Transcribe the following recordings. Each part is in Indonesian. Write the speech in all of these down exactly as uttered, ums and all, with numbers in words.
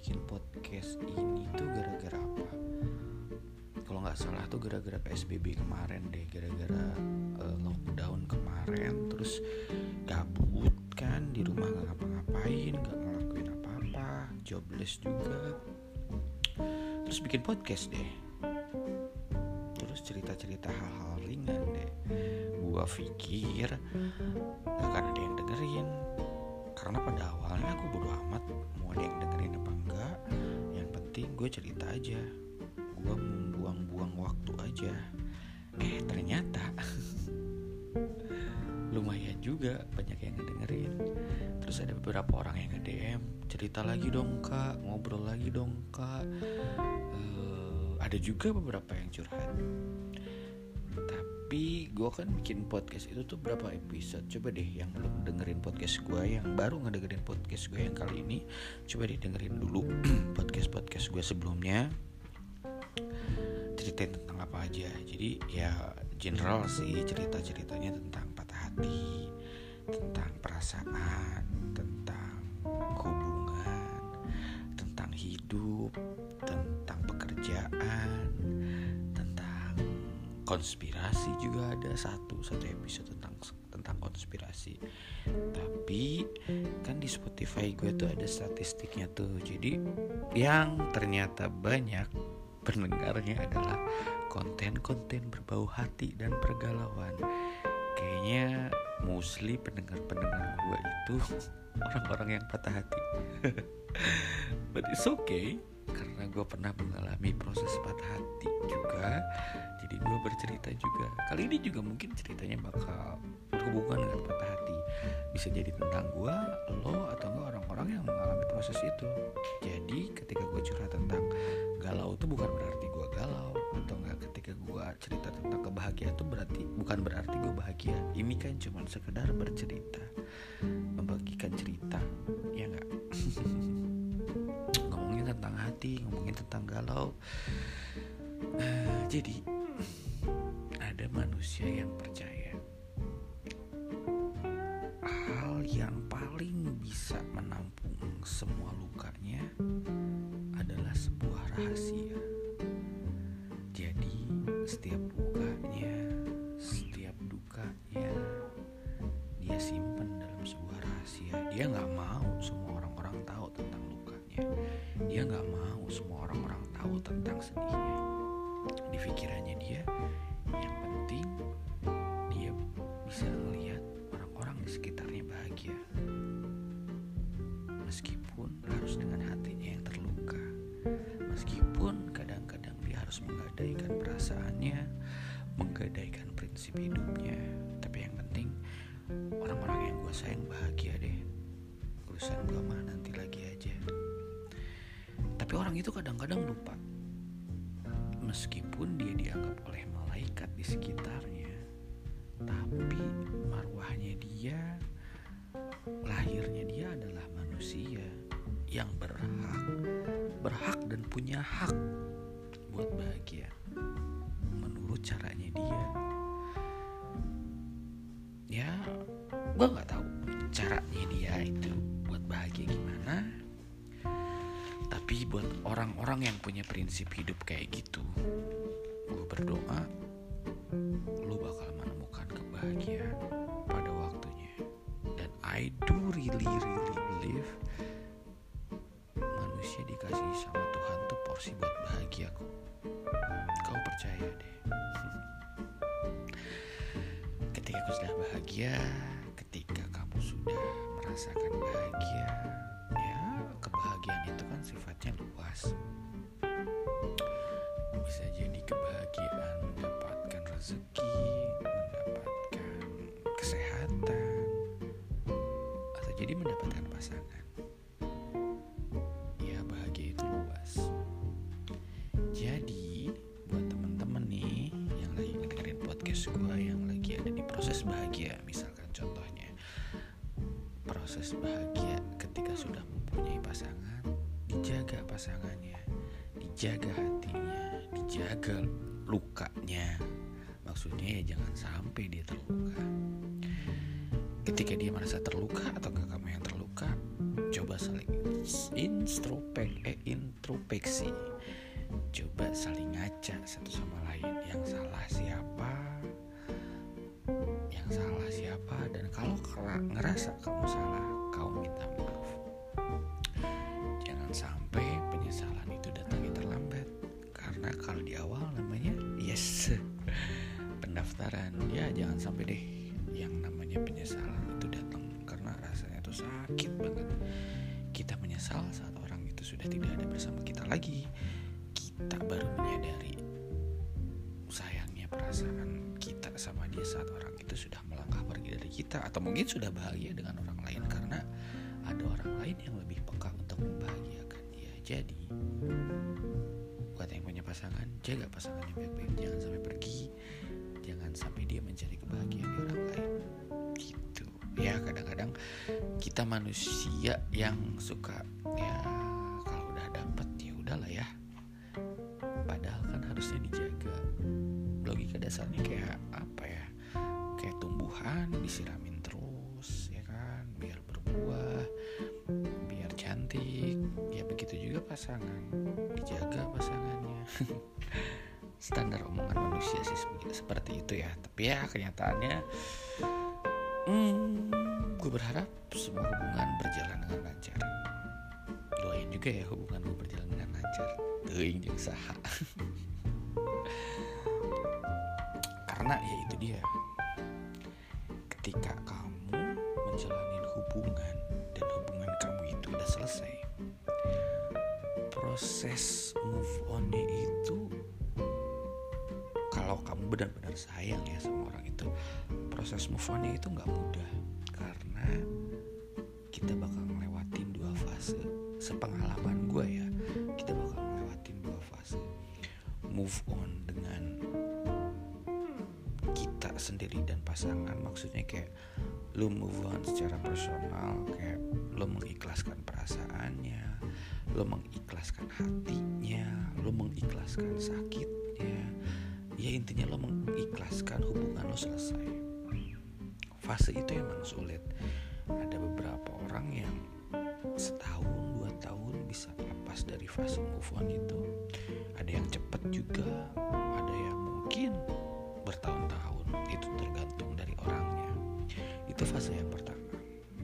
bikin podcast ini tuh gara-gara apa? Kalau nggak salah tuh gara-gara P S B B kemarin deh, gara-gara uh, lockdown kemarin, terus gabut kan di rumah, nggak ngapa-ngapain, nggak ngelakuin apa-apa, jobless juga. Terus bikin podcast deh. Terus cerita-cerita hal-hal ringan deh. Gua pikir gak akan ada yang dengerin, karena pada awalnya aku bodo amat mau ada yang dengerin apa enggak. Yang penting gue cerita aja, gue membuang-buang waktu aja. Eh ternyata lumayan juga banyak yang ngedengerin. Terus ada beberapa orang yang nge-D M, cerita lagi dong kak, ngobrol lagi dong kak. uh, Ada juga beberapa yang curhat. Tapi gue kan bikin podcast itu tuh berapa episode. Coba deh yang belum dengerin podcast gue, yang baru ngedengerin podcast gue yang kali ini, coba deh dengerin dulu podcast-podcast gue sebelumnya. Ceritain tentang apa aja. Jadi ya general sih, cerita-ceritanya tentang patah hati, tentang perasaan, tentang hubungan, tentang hidup, tentang pekerjaan, tentang konspirasi juga ada satu satu episode tentang tentang konspirasi. Tapi kan di Spotify gue tuh ada statistiknya tuh. Jadi yang ternyata banyak pendengarnya adalah konten-konten berbau hati dan pergalauan. Kayaknya mostly pendengar-pendengar gue itu orang-orang yang patah hati. But it's okay, karena gue pernah mengalami proses patah hati juga. Jadi gue bercerita juga. Kali ini juga mungkin ceritanya bakal berhubungan dengan patah hati. Bisa jadi tentang gue, lo, atau enggak orang-orang yang mengalami proses itu. Jadi ketika gue curhat tentang galau itu bukan berarti gue galau. Atau enggak ketika gue cerita tentang kebahagiaan itu berarti bukan berarti gue bahagia. Ini kan cuma sekedar bercerita, membagikan cerita, ya enggak? Ngomongin tentang hati, ngomongin tentang galau. uh, Jadi ada manusia yang percaya hal yang paling bisa menampung semua lukanya adalah sebuah rahasia. Jadi setiap lukanya, setiap dukanya dia simpen dalam sebuah rahasia. Dia gak mau semua orang-orang tahu tentang lukanya. Dia gak mau semua orang-orang tahu tentang sedihnya. Di pikirannya dia, yang penting dia bisa melihat orang-orang di sekitarnya bahagia, meskipun harus dengan hatinya yang terluka, meskipun kadang-kadang dia harus menggadaikan perasaannya, menggadaikan prinsip hidupnya. Tapi yang penting orang-orang yang gue sayang bahagia deh. Urusan gue mah nanti lagi aja. Tapi orang itu kadang-kadang lupa, meskipun dia dianggap oleh malaikat di sekitarnya, tapi marwahnya dia, lahirnya dia adalah manusia yang berhak, berhak dan punya hak buat bahagia menurut caranya dia. Ya, gue nggak tahu caranya dia itu buat bahagia gimana. Tapi buat orang-orang yang punya prinsip hidup kayak gitu, gue berdoa lo bakal menemukan kebahagiaan pada waktunya. Dan I do really really believe manusia dikasih sama Tuhan tuh porsi buat bahagia kok. Kau percaya deh. Ketika kau sudah bahagia, ketika kamu sudah merasakan bahagia, ya kebahagiaan itu kan sifatnya luas. Bisa jadi kebahagiaan mendapatkan rezeki, mendapatkan kesehatan, atau jadi mendapatkan pasangan. Ya bahagia itu luas. Jadi buat teman-teman nih yang lagi ngedengerin podcast gue, yang lagi ada di proses bahagia, misalkan contohnya proses bahagia ketika sudah mempunyai pasangan, dijaga pasangannya, dijaga hatinya, dijaga lukanya. Maksudnya ya jangan sampai dia terluka. Ketika dia merasa terluka atau enggak kamu yang terluka, coba saling introspek eh introspeksi, coba saling ngaca satu sama lain. Yang salah siapa, yang salah siapa, dan kalau ngerasa kamu salah, kamu minta maaf. Jangan sampai penyesalan itu datangnya terlambat, karena kalau di awal namanya yes pendaftaran, ya jangan sampai deh yang namanya penyesalan itu datang, karena rasanya tuh sakit banget. Kita menyesal saat orang itu sudah tidak ada bersama kita lagi. Kita baru menyadari sayangnya perasaan kita sama dia saat orang itu sudah melangkah pergi dari kita, atau mungkin sudah bahagia dengan orang lain karena ada orang lain yang lebih peka untuk membahagiakan dia. Jadi buat yang punya pasangan, jaga pasangannya baik-baik, jangan sampai pergi, jangan sampai dia mencari kebahagiaan di orang lain. Gitu. Ya kadang-kadang kita manusia yang suka ya kalau udah dapet ya udahlah ya. Padahal kan harusnya dijaga. Logika dasarnya kayak apa ya? Kayak tumbuhan disiramin terus ya kan, biar berbuah, biar cantik. Ya begitu juga pasangan, dijaga pasangannya. Standar omongan manusia sih seperti itu ya. Tapi ya kenyataannya Hmm, gue berharap semua hubungan berjalan dengan lancar. Doain juga ya hubungan gue berjalan dengan lancar. Teuing jeung saha. Karena ya itu dia. Ketika kamu menjalani hubungan dan hubungan kamu itu udah selesai, proses move on-nya itu, kalau kamu benar-benar sayang ya sama orang itu, proses move on-nya itu gak mudah. Karena kita bakal ngelewatin dua fase. Sepengalaman gue ya, kita bakal ngelewatin dua fase. Move on dengan kita sendiri dan pasangan, maksudnya kayak lu move on secara personal, kayak lu mengikhlaskan perasaannya, lu mengikhlaskan hatinya, lu mengikhlaskan sakitnya. Ya intinya lo mengikhlaskan hubungan lo selesai. Fase itu emang sulit. Ada beberapa orang yang setahun, dua tahun bisa lepas dari fase move on itu. Ada yang cepat juga, ada yang mungkin bertahun-tahun. Itu tergantung dari orangnya. Itu fase yang pertama.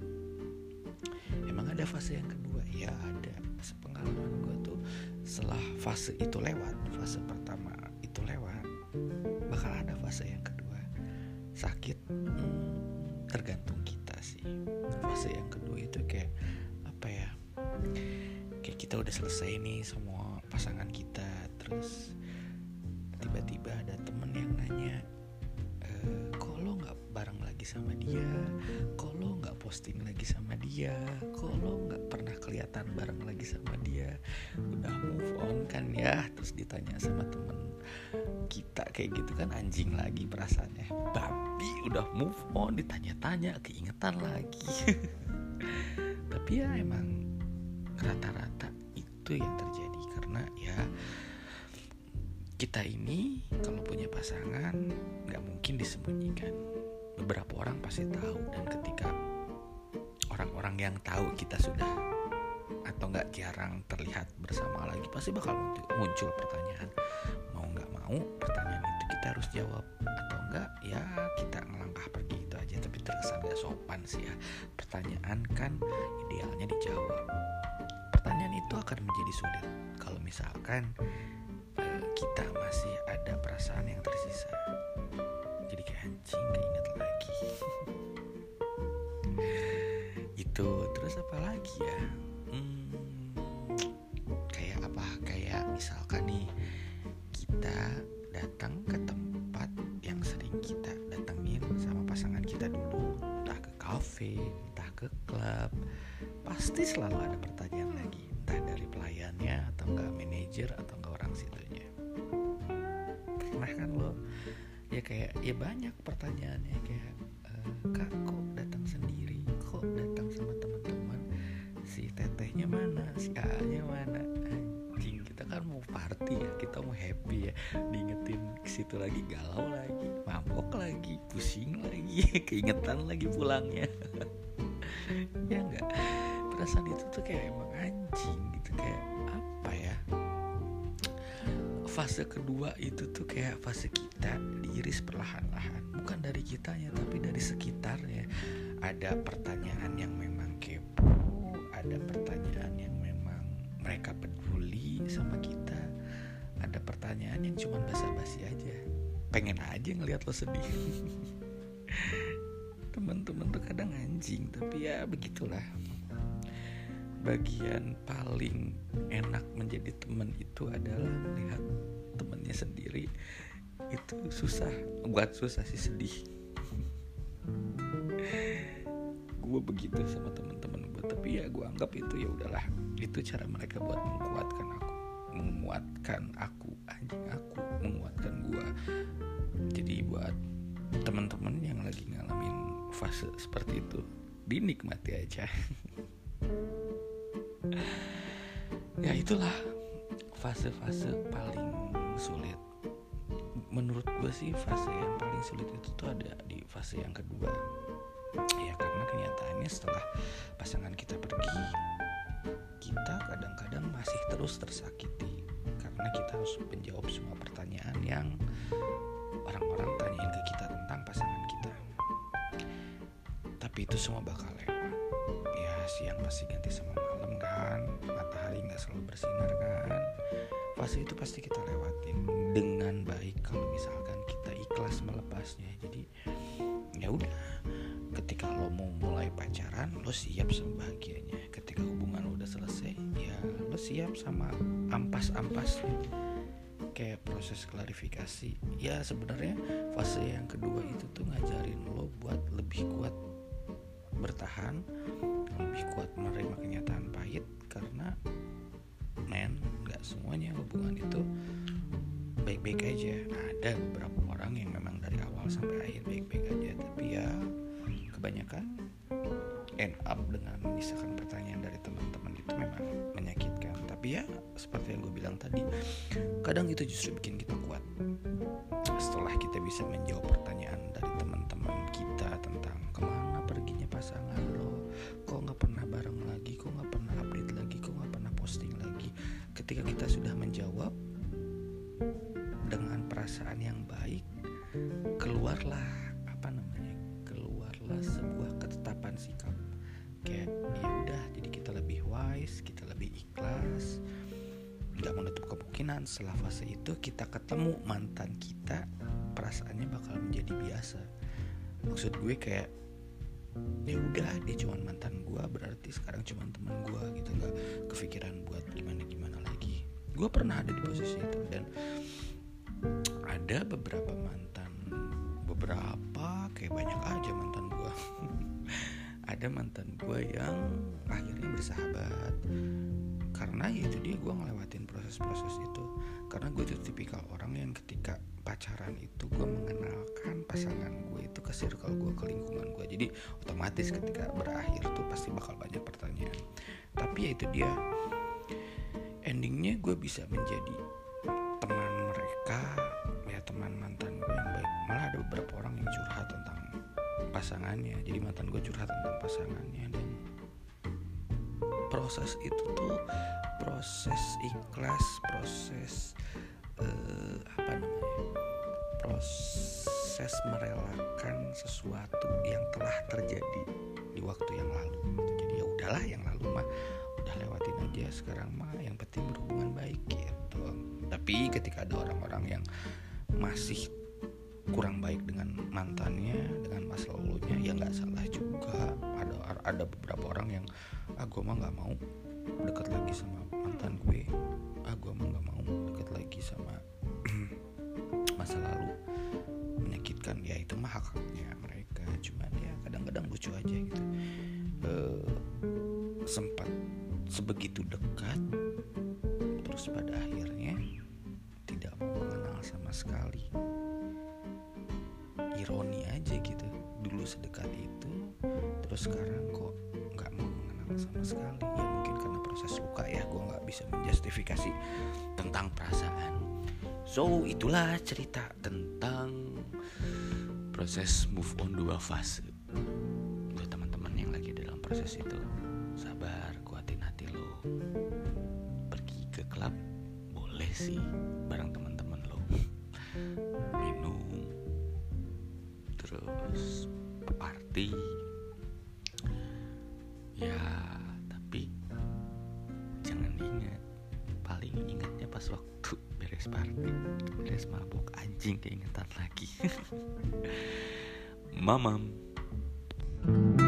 Emang ada fase yang kedua? Ya ada. Sepengalaman gue tuh setelah fase itu lewat, fase pertama itu lewat, bakal ada fase yang kedua. Sakit hmm, tergantung kita sih. Fase yang kedua itu kayak apa ya, kayak kita udah selesai nih semua pasangan kita, terus tiba-tiba ada temen yang nanya, e, kok lo gak bareng lagi sama dia, kok lo gak posting lagi sama dia, kok lo gak pernah kelihatan bareng lagi sama dia. Udah move on kan ya, terus ditanya sama temen kita kayak gitu kan, anjing lagi perasaannya. Babi udah move on ditanya-tanya, keingetan lagi. Tapi ya emang rata-rata itu yang terjadi, karena ya kita ini kalau punya pasangan gak mungkin disembunyikan. Beberapa orang pasti tahu, dan ketika orang-orang yang tahu kita sudah atau gak jarang terlihat bersama lagi, pasti bakal muncul pertanyaan. Mau gak mau pertanyaan itu kita harus jawab, atau enggak ya kita ngelangkah pergi itu aja. Tapi terkesan gak sopan sih ya. Pertanyaan kan idealnya dijawab. Pertanyaan itu akan menjadi sulit kalau misalkan eh, kita masih ada perasaan yang tersisa. Jadi kayak anjing, keinget lagi. Itu terus apa lagi ya? Hmm, kayak apa? Kayak misalkan nih, kita datang ke tempat yang sering kita datengin sama pasangan kita dulu, entah ke kafe, entah ke klub, pasti selalu ada pertanyaan lagi, entah dari pelayannya atau enggak manajer atau enggak orang situnya. Pernah kan lo ya kayak ya banyak pertanyaannya kayak e, kak kok datang sendiri, kok datang sama teman-teman, si tetehnya mana, si A-nya mana. Anjing, kita kan mau party ya, kita mau happy ya, diingetin ke situ lagi galau lagi, mabok lagi, pusing lagi, keingetan lagi pulangnya. Ya enggak, perasaan itu tuh kayak emang anjing gitu, kayak apa ya, fase kedua itu tuh kayak fase kita diiris perlahan-lahan, bukan dari kitanya tapi dari sekitarnya. Ada pertanyaan yang memang kepo, ada pertanyaan yang memang mereka peduli sama kita, ada pertanyaan yang cuma basa-basi aja, pengen aja ngelihat lo sedih. Teman-teman tuh kadang anjing, tapi ya begitulah. Bagian paling enak menjadi teman itu adalah melihat temannya sendiri itu susah, buat susah sih, sedih. Gue begitu sama teman-teman gue, tapi ya gue anggap itu ya udahlah, itu cara mereka buat menguatkan aku, menguatkan aku, anjing aku, menguatkan gue. Jadi buat teman-teman yang lagi ngalamin fase seperti itu, dinikmati aja. Ya itulah fase-fase paling sulit. Menurut gue sih fase yang paling sulit itu tuh ada di fase yang kedua. Ya karena kenyataannya setelah pasangan kita pergi, kita kadang-kadang masih terus tersakiti karena kita harus menjawab semua pertanyaan yang orang-orang tanyain ke kita tentang pasangan kita. Tapi itu semua bakal lewat. Ya siang pasti ganti sama malam kan, matahari gak selalu bersinar kan. Fase itu pasti kita lewatin dengan baik kalau misalkan kita ikhlas melepasnya. Jadi ya udah, ketika lo mau mulai pacaran, lo siap sama bahagianya. Ketika hubungan lo udah selesai, ya lo siap sama ampas-ampasnya. Kayak proses klarifikasi. Ya sebenarnya fase yang kedua itu tuh ngajarin lo buat lebih kuat bertahan, lebih kuat menerima kenyataan pahit. Karena men, gak semuanya hubungan itu baik-baik aja. Ada beberapa orang yang memang dari awal sampai akhir baik-baik aja, tapi ya kebanyakan end up dengan menyisakan pertanyaan dari teman-teman itu memang menyakitkan. Tapi ya seperti yang gue bilang tadi, kadang itu justru bikin kita kuat. Setelah kita bisa menjawab pertanyaan dari teman-teman kita tentang kemana perginya pasangan lo, kok gak pernah bareng lagi, kok gak pernah update lagi, kok gak pernah posting lagi. Ketika kita sudah menjawab dengan perasaan yang baik, keluarlah apa namanya keluarlah sebuah ketetapan sikap. Kayak ya udah, jadi kita lebih wise, kita lebih ikhlas, nggak menutup kemungkinan setelah fase itu kita ketemu mantan kita, perasaannya bakal menjadi biasa. Maksud gue kayak ya udah, dia cuma mantan gue, berarti sekarang cuma teman gue gitu, nggak kepikiran buat gimana gimana lagi. Gue pernah ada di posisi itu, dan ada beberapa mantan, beberapa kayak banyak aja mantan gue. Ada mantan gue yang akhirnya bersahabat karena ya itu dia, gue ngelewatin proses-proses itu. Karena gue tuh tipikal orang yang ketika pacaran itu gue mengenalkan pasangan gue itu ke circle gue, ke lingkungan gue. Jadi otomatis ketika berakhir tuh pasti bakal banyak pertanyaan. Tapi ya itu dia, endingnya gue bisa menjadi teman mereka, ya teman mantan gue yang baik. Malah ada beberapa orang yang curhat tentang pasangannya, jadi mantan gue curhat tentang pasangannya. Dan proses itu tuh proses ikhlas, proses uh, apa namanya proses merelakan sesuatu yang telah terjadi di waktu yang lalu. Jadi ya udahlah, yang lalu mah udah lewatin aja, sekarang mah yang penting berhubungan baik gitu. Tapi ketika ada orang-orang yang masih kurang baik dengan mantannya, dengan masa lalunya, ya nggak salah juga. Ada ada beberapa orang yang ah gue mah nggak mau dekat lagi sama mantan gue, ah gue mah nggak mau dekat lagi sama masa lalu menyakitkan. Ya itu mah hak-haknya mereka. Cuman ya kadang-kadang lucu aja gitu, e, sempat sebegitu dekat, terus pada akhirnya tidak mau mengenal sama sekali. Ironi aja gitu, dulu sedekat itu, terus sekarang kok gak mau mengenal sama sekali. Ya mungkin karena proses luka ya, gue gak bisa menjustifikasi tentang perasaan. So itulah cerita tentang proses move on dua fase. Untuk teman-teman yang lagi dalam proses itu, sabar, lo pergi ke klub, boleh sih bareng teman-teman lo, minum terus party ya, tapi jangan ingat, paling ingatnya pas waktu beres party, beres mabuk, anjing keingetan lagi. Mamam.